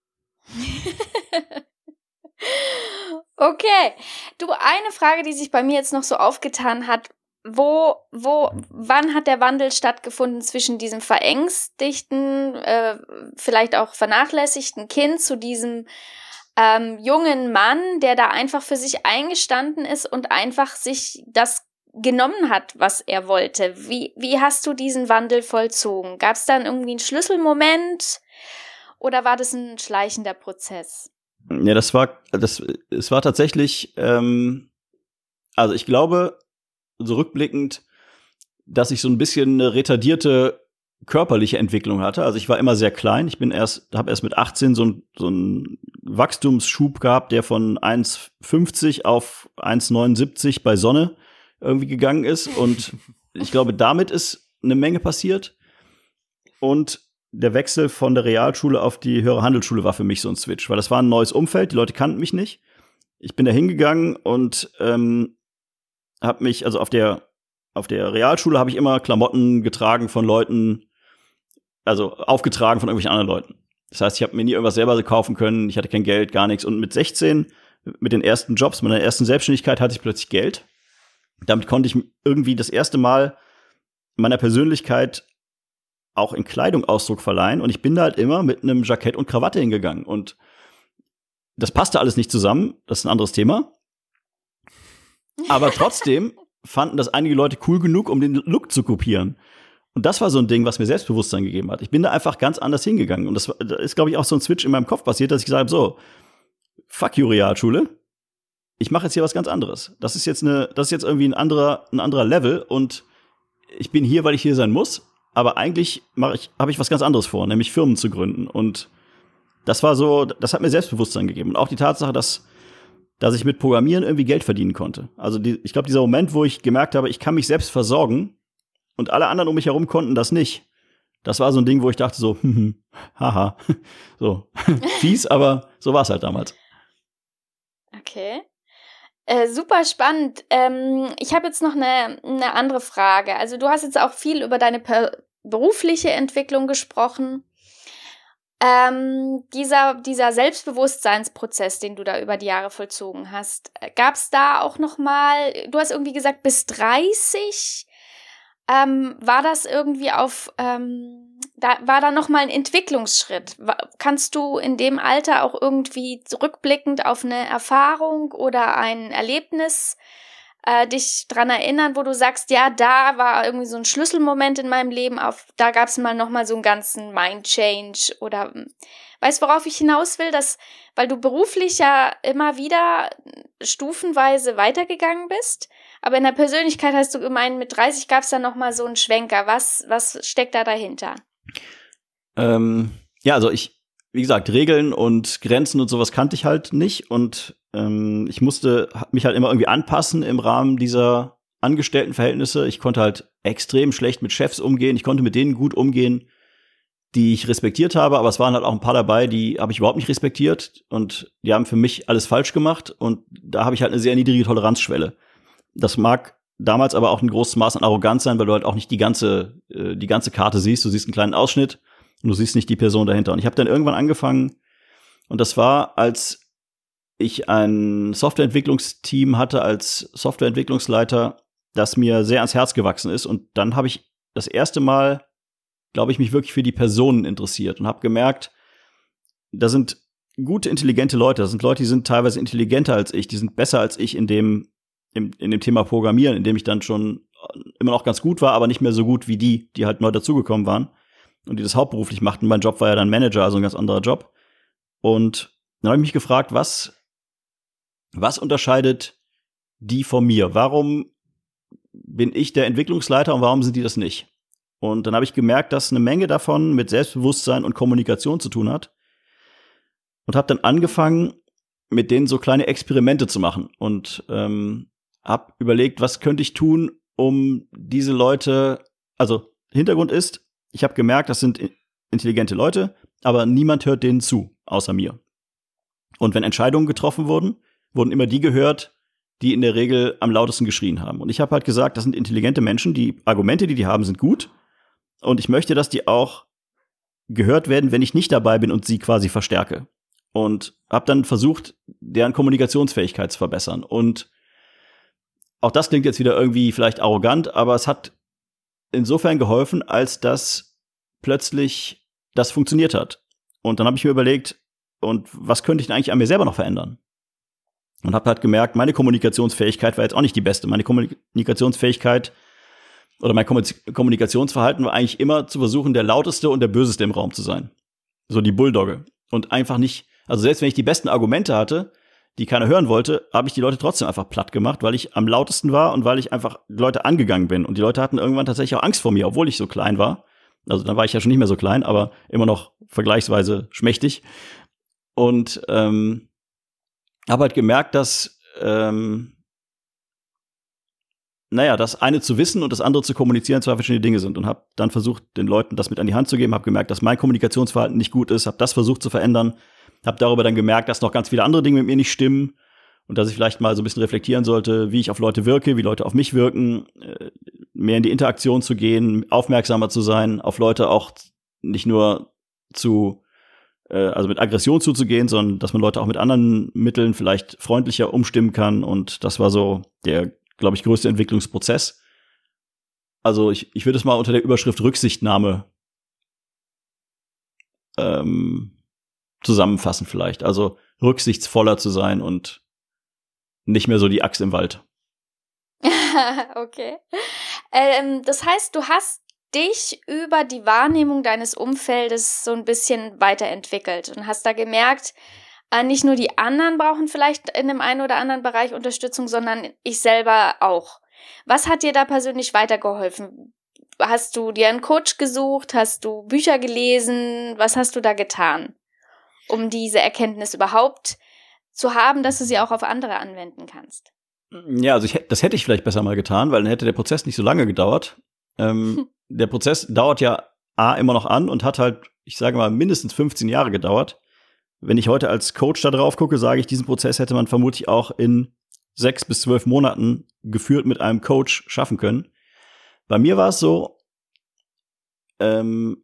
[SPEAKER 1] Okay. Du, eine Frage, die sich bei mir jetzt noch so aufgetan hat. Wo, wo, wann hat der Wandel stattgefunden zwischen diesem verängstigten, äh, vielleicht auch vernachlässigten Kind zu diesem ähm, jungen Mann, der da einfach für sich eingestanden ist und einfach sich das genommen hat, was er wollte? Wie, wie hast du diesen Wandel vollzogen? Gab es dann irgendwie einen Schlüsselmoment oder war das ein schleichender Prozess?
[SPEAKER 3] Ja, das war, das, es war tatsächlich, ähm, also ich glaube, so rückblickend, dass ich so ein bisschen eine retardierte körperliche Entwicklung hatte. Also ich war immer sehr klein. Ich bin erst, habe erst mit achtzehn so ein, so ein Wachstumsschub gehabt, der von eins fünfzig auf eins neunundsiebzig bei Sonne irgendwie gegangen ist. Und ich glaube, damit ist eine Menge passiert. Und der Wechsel von der Realschule auf die höhere Handelsschule war für mich so ein Switch, weil das war ein neues Umfeld. Die Leute kannten mich nicht. Ich bin da hingegangen und ähm, habe mich, also auf der auf der Realschule habe ich immer Klamotten getragen von Leuten, also aufgetragen von irgendwelchen anderen Leuten. Das heißt, ich habe mir nie irgendwas selber kaufen können, ich hatte kein Geld, gar nichts. Und mit sechzehn, mit den ersten Jobs, meiner ersten Selbstständigkeit, hatte ich plötzlich Geld. Damit konnte ich irgendwie das erste Mal meiner Persönlichkeit auch in Kleidung Ausdruck verleihen. Und ich bin da halt immer mit einem Jackett und Krawatte hingegangen. Und das passte alles nicht zusammen, das ist ein anderes Thema. Aber trotzdem fanden das einige Leute cool genug, um den Look zu kopieren. Und das war so ein Ding, was mir Selbstbewusstsein gegeben hat. Ich bin da einfach ganz anders hingegangen. Und das da ist, glaube ich, auch so ein Switch in meinem Kopf passiert, dass ich gesagt habe, so, fuck you, Realschule. Ich mache jetzt hier was ganz anderes. Das ist jetzt eine, das ist jetzt irgendwie ein anderer, ein anderer Level. Und ich bin hier, weil ich hier sein muss. Aber eigentlich mache ich, habe ich was ganz anderes vor, nämlich Firmen zu gründen. Und das war so, das hat mir Selbstbewusstsein gegeben. Und auch die Tatsache, dass dass ich mit Programmieren irgendwie Geld verdienen konnte. Also die, ich glaube, dieser Moment, wo ich gemerkt habe, ich kann mich selbst versorgen und alle anderen um mich herum konnten das nicht. Das war so ein Ding, wo ich dachte so, hm, haha, so fies, aber so war es halt damals.
[SPEAKER 1] Okay. Äh, super spannend. Ähm, ich habe jetzt noch eine, eine andere Frage. Also du hast jetzt auch viel über deine per- berufliche Entwicklung gesprochen. Ähm, dieser, dieser Selbstbewusstseinsprozess, den du da über die Jahre vollzogen hast, gab es da auch noch mal, du hast irgendwie gesagt, bis dreißig, ähm, war das irgendwie auf, ähm, da war da noch mal ein Entwicklungsschritt. Kannst du in dem Alter auch irgendwie zurückblickend auf eine Erfahrung oder ein Erlebnis Äh, dich dran erinnern, wo du sagst, ja, da war irgendwie so ein Schlüsselmoment in meinem Leben, auf, da gab es mal nochmal so einen ganzen Mind-Change oder, weißt du, worauf ich hinaus will, dass, weil du beruflich ja immer wieder stufenweise weitergegangen bist, aber in der Persönlichkeit hast du gemeint, mit dreißig gab es dann nochmal so einen Schwenker. Was, was steckt da dahinter?
[SPEAKER 3] Ähm, ja, also ich, wie gesagt, Regeln und Grenzen und sowas kannte ich halt nicht und ähm, ich musste mich halt immer irgendwie anpassen im Rahmen dieser Angestelltenverhältnisse. Ich konnte halt extrem schlecht mit Chefs umgehen. Ich konnte mit denen gut umgehen, die ich respektiert habe, aber es waren halt auch ein paar dabei, die habe ich überhaupt nicht respektiert und die haben für mich alles falsch gemacht und da habe ich halt eine sehr niedrige Toleranzschwelle. Das mag damals aber auch ein großes Maß an Arroganz sein, weil du halt auch nicht die ganze äh, die ganze Karte siehst. Du siehst einen kleinen Ausschnitt und du siehst nicht die Person dahinter. Und ich habe dann irgendwann angefangen, und das war, als ich ein Softwareentwicklungsteam hatte als Softwareentwicklungsleiter, das mir sehr ans Herz gewachsen ist. Und dann habe ich das erste Mal, glaube ich, mich wirklich für die Personen interessiert und habe gemerkt, da sind gute, intelligente Leute. Das sind Leute, die sind teilweise intelligenter als ich, die sind besser als ich in dem, in, in dem Thema Programmieren, in dem ich dann schon immer noch ganz gut war, aber nicht mehr so gut wie die, die halt neu dazugekommen waren und die das hauptberuflich machten. Mein Job war ja dann Manager, also ein ganz anderer Job. Und dann habe ich mich gefragt, was Was unterscheidet die von mir? Warum bin ich der Entwicklungsleiter und warum sind die das nicht? Und dann habe ich gemerkt, dass eine Menge davon mit Selbstbewusstsein und Kommunikation zu tun hat. Und habe dann angefangen, mit denen so kleine Experimente zu machen. Und ähm, habe überlegt, was könnte ich tun, um diese Leute, also Hintergrund ist, ich habe gemerkt, das sind intelligente Leute, aber niemand hört denen zu, außer mir. Und wenn Entscheidungen getroffen wurden, wurden immer die gehört, die in der Regel am lautesten geschrien haben. Und ich habe halt gesagt, das sind intelligente Menschen, die Argumente, die die haben, sind gut. Und ich möchte, dass die auch gehört werden, wenn ich nicht dabei bin und sie quasi verstärke. Und habe dann versucht, deren Kommunikationsfähigkeit zu verbessern. Und auch das klingt jetzt wieder irgendwie vielleicht arrogant, aber es hat insofern geholfen, als dass plötzlich das funktioniert hat. Und dann habe ich mir überlegt, und was könnte ich denn eigentlich an mir selber noch verändern? Und habe halt gemerkt, meine Kommunikationsfähigkeit war jetzt auch nicht die beste. Meine Kommunikationsfähigkeit oder mein Kommunikationsverhalten war eigentlich immer zu versuchen, der lauteste und der böseste im Raum zu sein. So die Bulldogge. Und einfach nicht, also selbst wenn ich die besten Argumente hatte, die keiner hören wollte, habe ich die Leute trotzdem einfach platt gemacht, weil ich am lautesten war und weil ich einfach Leute angegangen bin. Und die Leute hatten irgendwann tatsächlich auch Angst vor mir, obwohl ich so klein war. Also dann war ich ja schon nicht mehr so klein, aber immer noch vergleichsweise schmächtig. Und ähm, habe halt gemerkt, dass, ähm, naja, das eine zu wissen und das andere zu kommunizieren zwei verschiedene Dinge sind. Und habe dann versucht, den Leuten das mit an die Hand zu geben, habe gemerkt, dass mein Kommunikationsverhalten nicht gut ist, habe das versucht zu verändern, habe darüber dann gemerkt, dass noch ganz viele andere Dinge mit mir nicht stimmen und dass ich vielleicht mal so ein bisschen reflektieren sollte, wie ich auf Leute wirke, wie Leute auf mich wirken. mehr in die Interaktion zu gehen, aufmerksamer zu sein, auf Leute auch nicht nur zu, äh, also mit Aggression zuzugehen, sondern dass man Leute auch mit anderen Mitteln vielleicht freundlicher umstimmen kann. Und das war so der, glaube ich, größte Entwicklungsprozess. Also ich, ich würde es mal unter der Überschrift Rücksichtnahme ähm, zusammenfassen vielleicht. Also rücksichtsvoller zu sein und nicht mehr so die Axt im Wald.
[SPEAKER 1] Okay. Ähm, das heißt, du hast dich über die Wahrnehmung deines Umfeldes so ein bisschen weiterentwickelt und hast da gemerkt, äh, nicht nur die anderen brauchen vielleicht in dem einen oder anderen Bereich Unterstützung, sondern ich selber auch. Was hat dir da persönlich weitergeholfen? Hast du dir einen Coach gesucht? Hast du Bücher gelesen? Was hast du da getan, um diese Erkenntnis überhaupt zu haben, dass du sie auch auf andere anwenden kannst?
[SPEAKER 3] Ja, also ich, das hätte ich vielleicht besser mal getan, weil dann hätte der Prozess nicht so lange gedauert. Ähm, hm. Der Prozess dauert ja A, immer noch an und hat halt, ich sage mal, mindestens fünfzehn Jahre gedauert. Wenn ich heute als Coach da drauf gucke, sage ich, diesen Prozess hätte man vermutlich auch in sechs bis zwölf Monaten geführt mit einem Coach schaffen können. Bei mir war es so, ähm,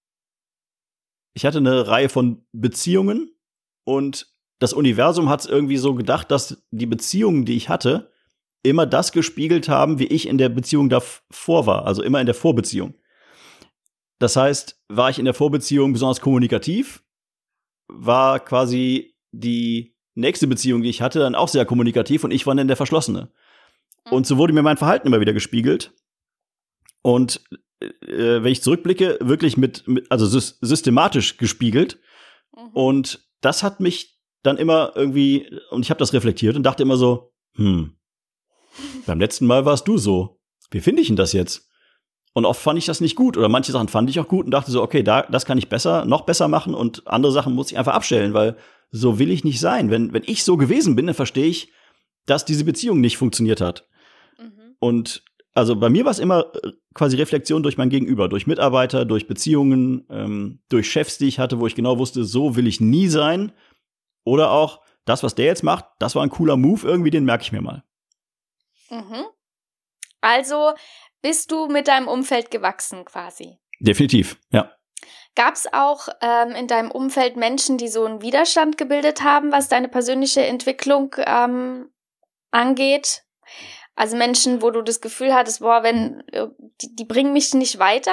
[SPEAKER 3] ich hatte eine Reihe von Beziehungen und das Universum hat es irgendwie so gedacht, dass die Beziehungen, die ich hatte, immer das gespiegelt haben, wie ich in der Beziehung davor war, also immer in der Vorbeziehung. Das heißt, war ich in der Vorbeziehung besonders kommunikativ, war quasi die nächste Beziehung, die ich hatte, dann auch sehr kommunikativ und ich war dann der Verschlossene. Und so wurde mir mein Verhalten immer wieder gespiegelt. Und äh, wenn ich zurückblicke, wirklich mit, mit also sy- systematisch gespiegelt. Mhm. Und das hat mich dann immer irgendwie, und ich habe das reflektiert und dachte immer so, hm, beim letzten Mal warst du so. Wie finde ich denn das jetzt? Und oft fand ich das nicht gut oder manche Sachen fand ich auch gut und dachte so, okay, da, das kann ich besser, noch besser machen und andere Sachen muss ich einfach abstellen, weil so will ich nicht sein. Wenn, wenn ich so gewesen bin, dann verstehe ich, dass diese Beziehung nicht funktioniert hat. Mhm. Und also bei mir war es immer quasi Reflexion durch mein Gegenüber, durch Mitarbeiter, durch Beziehungen, ähm, durch Chefs, die ich hatte, wo ich genau wusste, so will ich nie sein. Oder auch, das, was der jetzt macht, das war ein cooler Move, irgendwie, den merke ich mir mal.
[SPEAKER 1] Mhm. Also bist du mit deinem Umfeld gewachsen quasi?
[SPEAKER 3] Definitiv, ja.
[SPEAKER 1] Gab es auch ähm, in deinem Umfeld Menschen, die so einen Widerstand gebildet haben, was deine persönliche Entwicklung ähm, angeht? Also Menschen, wo du das Gefühl hattest, boah, wenn die, die bringen mich nicht weiter?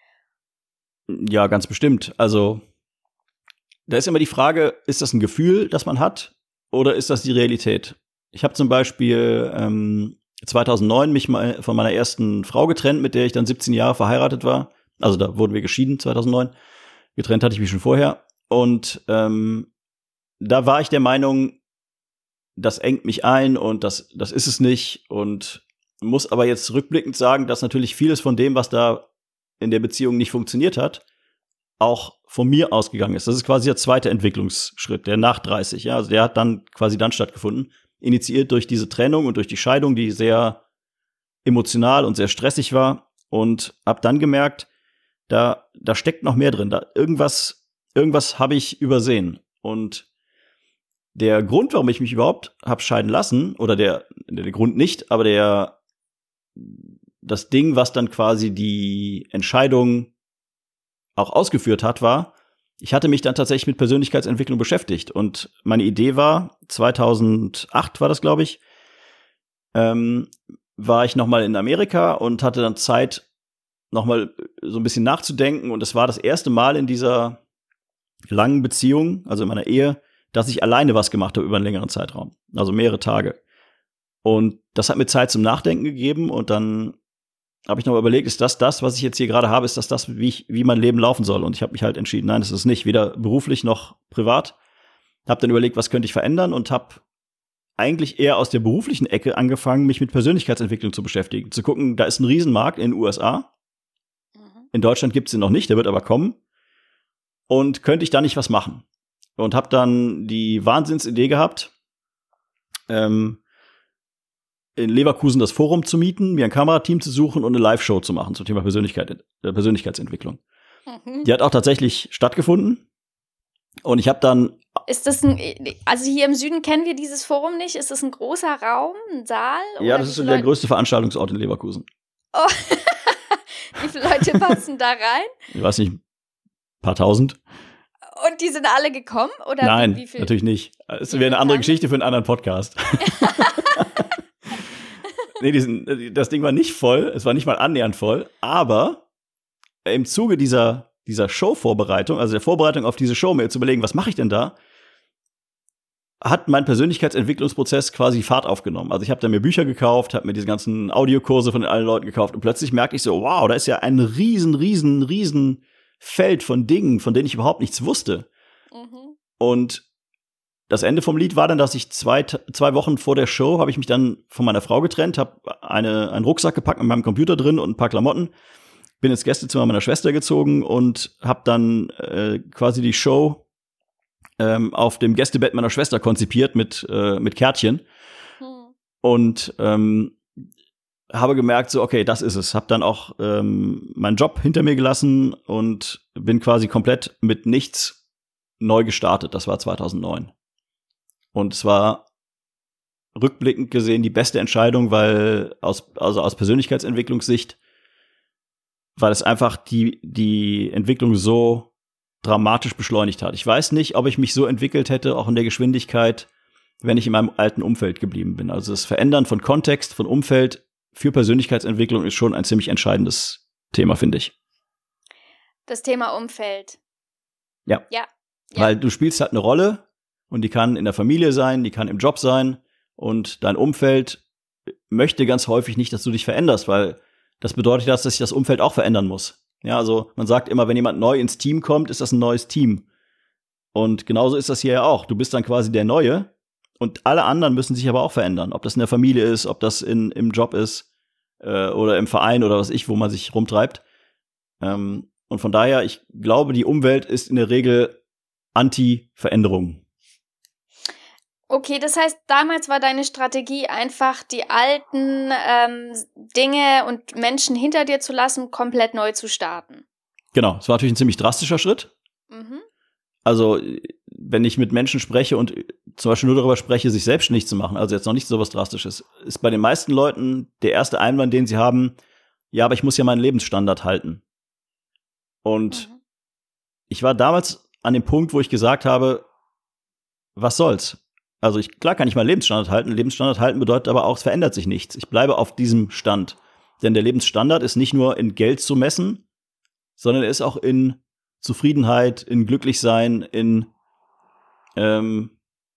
[SPEAKER 3] Ja, ganz bestimmt. Also da ist immer die Frage, ist das ein Gefühl, das man hat, oder ist das die Realität? Ich habe zum Beispiel ähm, zweitausendneun mich mal von meiner ersten Frau getrennt, mit der ich dann siebzehn Jahre verheiratet war. Also da wurden wir geschieden, zweitausendneun. Getrennt hatte ich mich schon vorher. Und ähm, da war ich der Meinung, das engt mich ein und das, das ist es nicht. Und muss aber jetzt rückblickend sagen, dass natürlich vieles von dem, was da in der Beziehung nicht funktioniert hat, auch von mir ausgegangen ist. Das ist quasi der zweite Entwicklungsschritt, der nach dreißig. Ja, also der hat dann quasi dann stattgefunden. Initiiert durch diese Trennung und durch die Scheidung, die sehr emotional und sehr stressig war. Und hab dann gemerkt, da, da steckt noch mehr drin. Da irgendwas, irgendwas habe ich übersehen. Und der Grund, warum ich mich überhaupt hab scheiden lassen, oder der, der Grund nicht, aber der, das Ding, was dann quasi die Entscheidung auch ausgeführt hat, war, ich hatte mich dann tatsächlich mit Persönlichkeitsentwicklung beschäftigt. Und meine Idee war, zweitausendacht war das, glaube ich, ähm, war ich noch mal in Amerika und hatte dann Zeit, noch mal so ein bisschen nachzudenken. Und es war das erste Mal in dieser langen Beziehung, also in meiner Ehe, dass ich alleine was gemacht habe über einen längeren Zeitraum. Also mehrere Tage. Und das hat mir Zeit zum Nachdenken gegeben. Und dann habe ich noch mal überlegt, ist das das, was ich jetzt hier gerade habe, ist das das, wie ich, wie mein Leben laufen soll? Und ich habe mich halt entschieden, nein, das ist es nicht, weder beruflich noch privat. Habe dann überlegt, was könnte ich verändern und habe eigentlich eher aus der beruflichen Ecke angefangen, mich mit Persönlichkeitsentwicklung zu beschäftigen. Zu gucken, da ist ein Riesenmarkt in den U S A. Mhm. In Deutschland gibt es den noch nicht, der wird aber kommen. Und könnte ich da nicht was machen? Und habe dann die Wahnsinnsidee gehabt, ähm, in Leverkusen das Forum zu mieten, mir ein Kamerateam zu suchen und eine Live-Show zu machen zum Thema Persönlichkeit, äh, Persönlichkeitsentwicklung. Mhm. Die hat auch tatsächlich stattgefunden. Und ich habe dann
[SPEAKER 1] Ist das ein, also hier im Süden kennen wir dieses Forum nicht. Ist das ein großer Raum, ein Saal?
[SPEAKER 3] Ja, das ist so der größte Veranstaltungsort in Leverkusen.
[SPEAKER 1] Oh. Wie viele Leute passen da rein?
[SPEAKER 3] Ich weiß nicht, ein paar tausend.
[SPEAKER 1] Und die sind alle gekommen? Oder
[SPEAKER 3] Nein,
[SPEAKER 1] wie, wie viel?
[SPEAKER 3] natürlich nicht. Es wäre eine andere Geschichte für einen anderen Podcast. Nee, diesen, das Ding war nicht voll. Es war nicht mal annähernd voll. Aber im Zuge dieser, dieser Show-Vorbereitung, also der Vorbereitung auf diese Show, mir zu überlegen, was mache ich denn da, hat mein Persönlichkeitsentwicklungsprozess quasi Fahrt aufgenommen. Also ich habe da mir Bücher gekauft, habe mir diese ganzen Audiokurse von allen Leuten gekauft und plötzlich merkte ich so, wow, da ist ja ein riesen, riesen, riesen Feld von Dingen, von denen ich überhaupt nichts wusste. Mhm. Und das Ende vom Lied war dann, dass ich zwei, zwei Wochen vor der Show habe ich mich dann von meiner Frau getrennt, habe eine, einen Rucksack gepackt mit meinem Computer drin und ein paar Klamotten, bin ins Gästezimmer meiner Schwester gezogen und habe dann äh, quasi die Show ähm, auf dem Gästebett meiner Schwester konzipiert mit, äh, mit Kärtchen. Hm. Und ähm, habe gemerkt, so okay, das ist es. Habe dann auch ähm, meinen Job hinter mir gelassen und bin quasi komplett mit nichts neu gestartet. Das war zweitausendneun. Und es war rückblickend gesehen die beste Entscheidung, weil aus, also aus Persönlichkeitsentwicklungssicht, weil es einfach die, die Entwicklung so dramatisch beschleunigt hat. Ich weiß nicht, ob ich mich so entwickelt hätte, auch in der Geschwindigkeit, wenn ich in meinem alten Umfeld geblieben bin. Also das Verändern von Kontext, von Umfeld für Persönlichkeitsentwicklung ist schon ein ziemlich entscheidendes Thema, finde ich.
[SPEAKER 1] Das Thema Umfeld.
[SPEAKER 3] Ja.
[SPEAKER 1] Ja. Ja.
[SPEAKER 3] Weil du spielst halt eine Rolle und die kann in der Familie sein, die kann im Job sein und dein Umfeld möchte ganz häufig nicht, dass du dich veränderst, weil das bedeutet, dass sich das Umfeld auch verändern muss. Ja, also man sagt immer, wenn jemand neu ins Team kommt, ist das ein neues Team. Und genauso ist das hier ja auch. Du bist dann quasi der Neue und alle anderen müssen sich aber auch verändern. Ob das in der Familie ist, ob das in, im Job ist äh, oder im Verein oder was ich, wo man sich rumtreibt. Ähm, und von daher, ich glaube, die Umwelt ist in der Regel Anti-Veränderung.
[SPEAKER 1] Okay, das heißt, damals war deine Strategie einfach, die alten ähm, Dinge und Menschen hinter dir zu lassen, komplett neu zu starten.
[SPEAKER 3] Genau, es war natürlich ein ziemlich drastischer Schritt. Mhm. Also, wenn ich mit Menschen spreche und zum Beispiel nur darüber spreche, sich selbstständig zu machen, also jetzt noch nicht so was Drastisches, ist bei den meisten Leuten der erste Einwand, den sie haben, ja, aber ich muss ja meinen Lebensstandard halten. Und mhm. ich war damals an dem Punkt, wo ich gesagt habe, was soll's? Also ich, klar kann ich meinen Lebensstandard halten. Lebensstandard halten bedeutet aber auch, es verändert sich nichts. Ich bleibe auf diesem Stand. Denn der Lebensstandard ist nicht nur in Geld zu messen, sondern er ist auch in Zufriedenheit, in Glücklichsein, in ähm,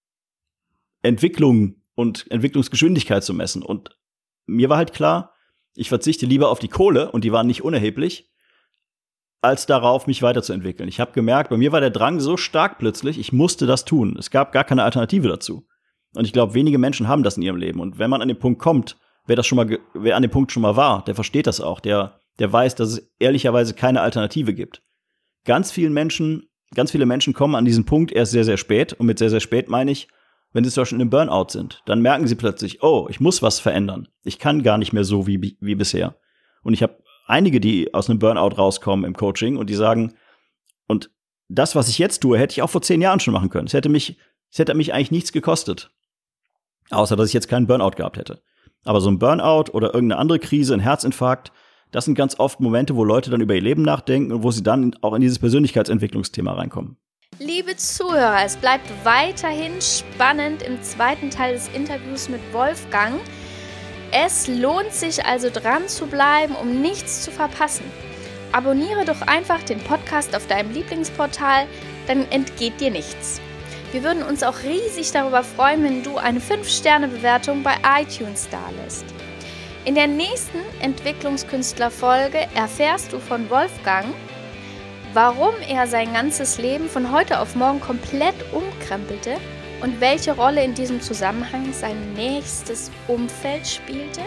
[SPEAKER 3] Entwicklung und Entwicklungsgeschwindigkeit zu messen. Und mir war halt klar, ich verzichte lieber auf die Kohle, und die waren nicht unerheblich, als darauf, mich weiterzuentwickeln. Ich habe gemerkt, bei mir war der Drang so stark plötzlich, ich musste das tun. Es gab gar keine Alternative dazu. Und ich glaube, wenige Menschen haben das in ihrem Leben. Und wenn man an den Punkt kommt, wer das schon mal, wer an dem Punkt schon mal war, der versteht das auch. Der, der weiß, dass es ehrlicherweise keine Alternative gibt. Ganz vielen Menschen, ganz viele Menschen kommen an diesen Punkt erst sehr, sehr spät. Und mit sehr, sehr spät meine ich, wenn sie zum Beispiel in einem Burnout sind. Dann merken sie plötzlich, oh, ich muss was verändern. Ich kann gar nicht mehr so wie, wie bisher. Und ich habe einige, die aus einem Burnout rauskommen im Coaching und die sagen, und das, was ich jetzt tue, hätte ich auch vor zehn Jahren schon machen können. Es hätte mich, es hätte mich eigentlich nichts gekostet. Außer, dass ich jetzt keinen Burnout gehabt hätte. Aber so ein Burnout oder irgendeine andere Krise, ein Herzinfarkt, das sind ganz oft Momente, wo Leute dann über ihr Leben nachdenken und wo sie dann auch in dieses Persönlichkeitsentwicklungsthema reinkommen.
[SPEAKER 1] Liebe Zuhörer, es bleibt weiterhin spannend im zweiten Teil des Interviews mit Wolfgang. Es lohnt sich also dran zu bleiben, um nichts zu verpassen. Abonniere doch einfach den Podcast auf deinem Lieblingsportal, dann entgeht dir nichts. Wir würden uns auch riesig darüber freuen, wenn du eine fünf Sterne Bewertung bei iTunes dalässt. In der nächsten Entwicklungskünstler-Folge erfährst du von Wolfgang, warum er sein ganzes Leben von heute auf morgen komplett umkrempelte und welche Rolle in diesem Zusammenhang sein nächstes Umfeld spielte,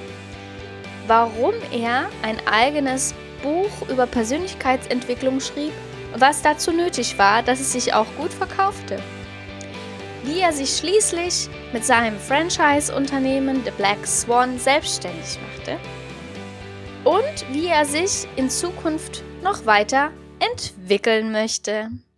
[SPEAKER 1] warum er ein eigenes Buch über Persönlichkeitsentwicklung schrieb und was dazu nötig war, dass es sich auch gut verkaufte, wie er sich schließlich mit seinem Franchise-Unternehmen The Black Swan selbstständig machte und wie er sich in Zukunft noch weiter entwickeln möchte.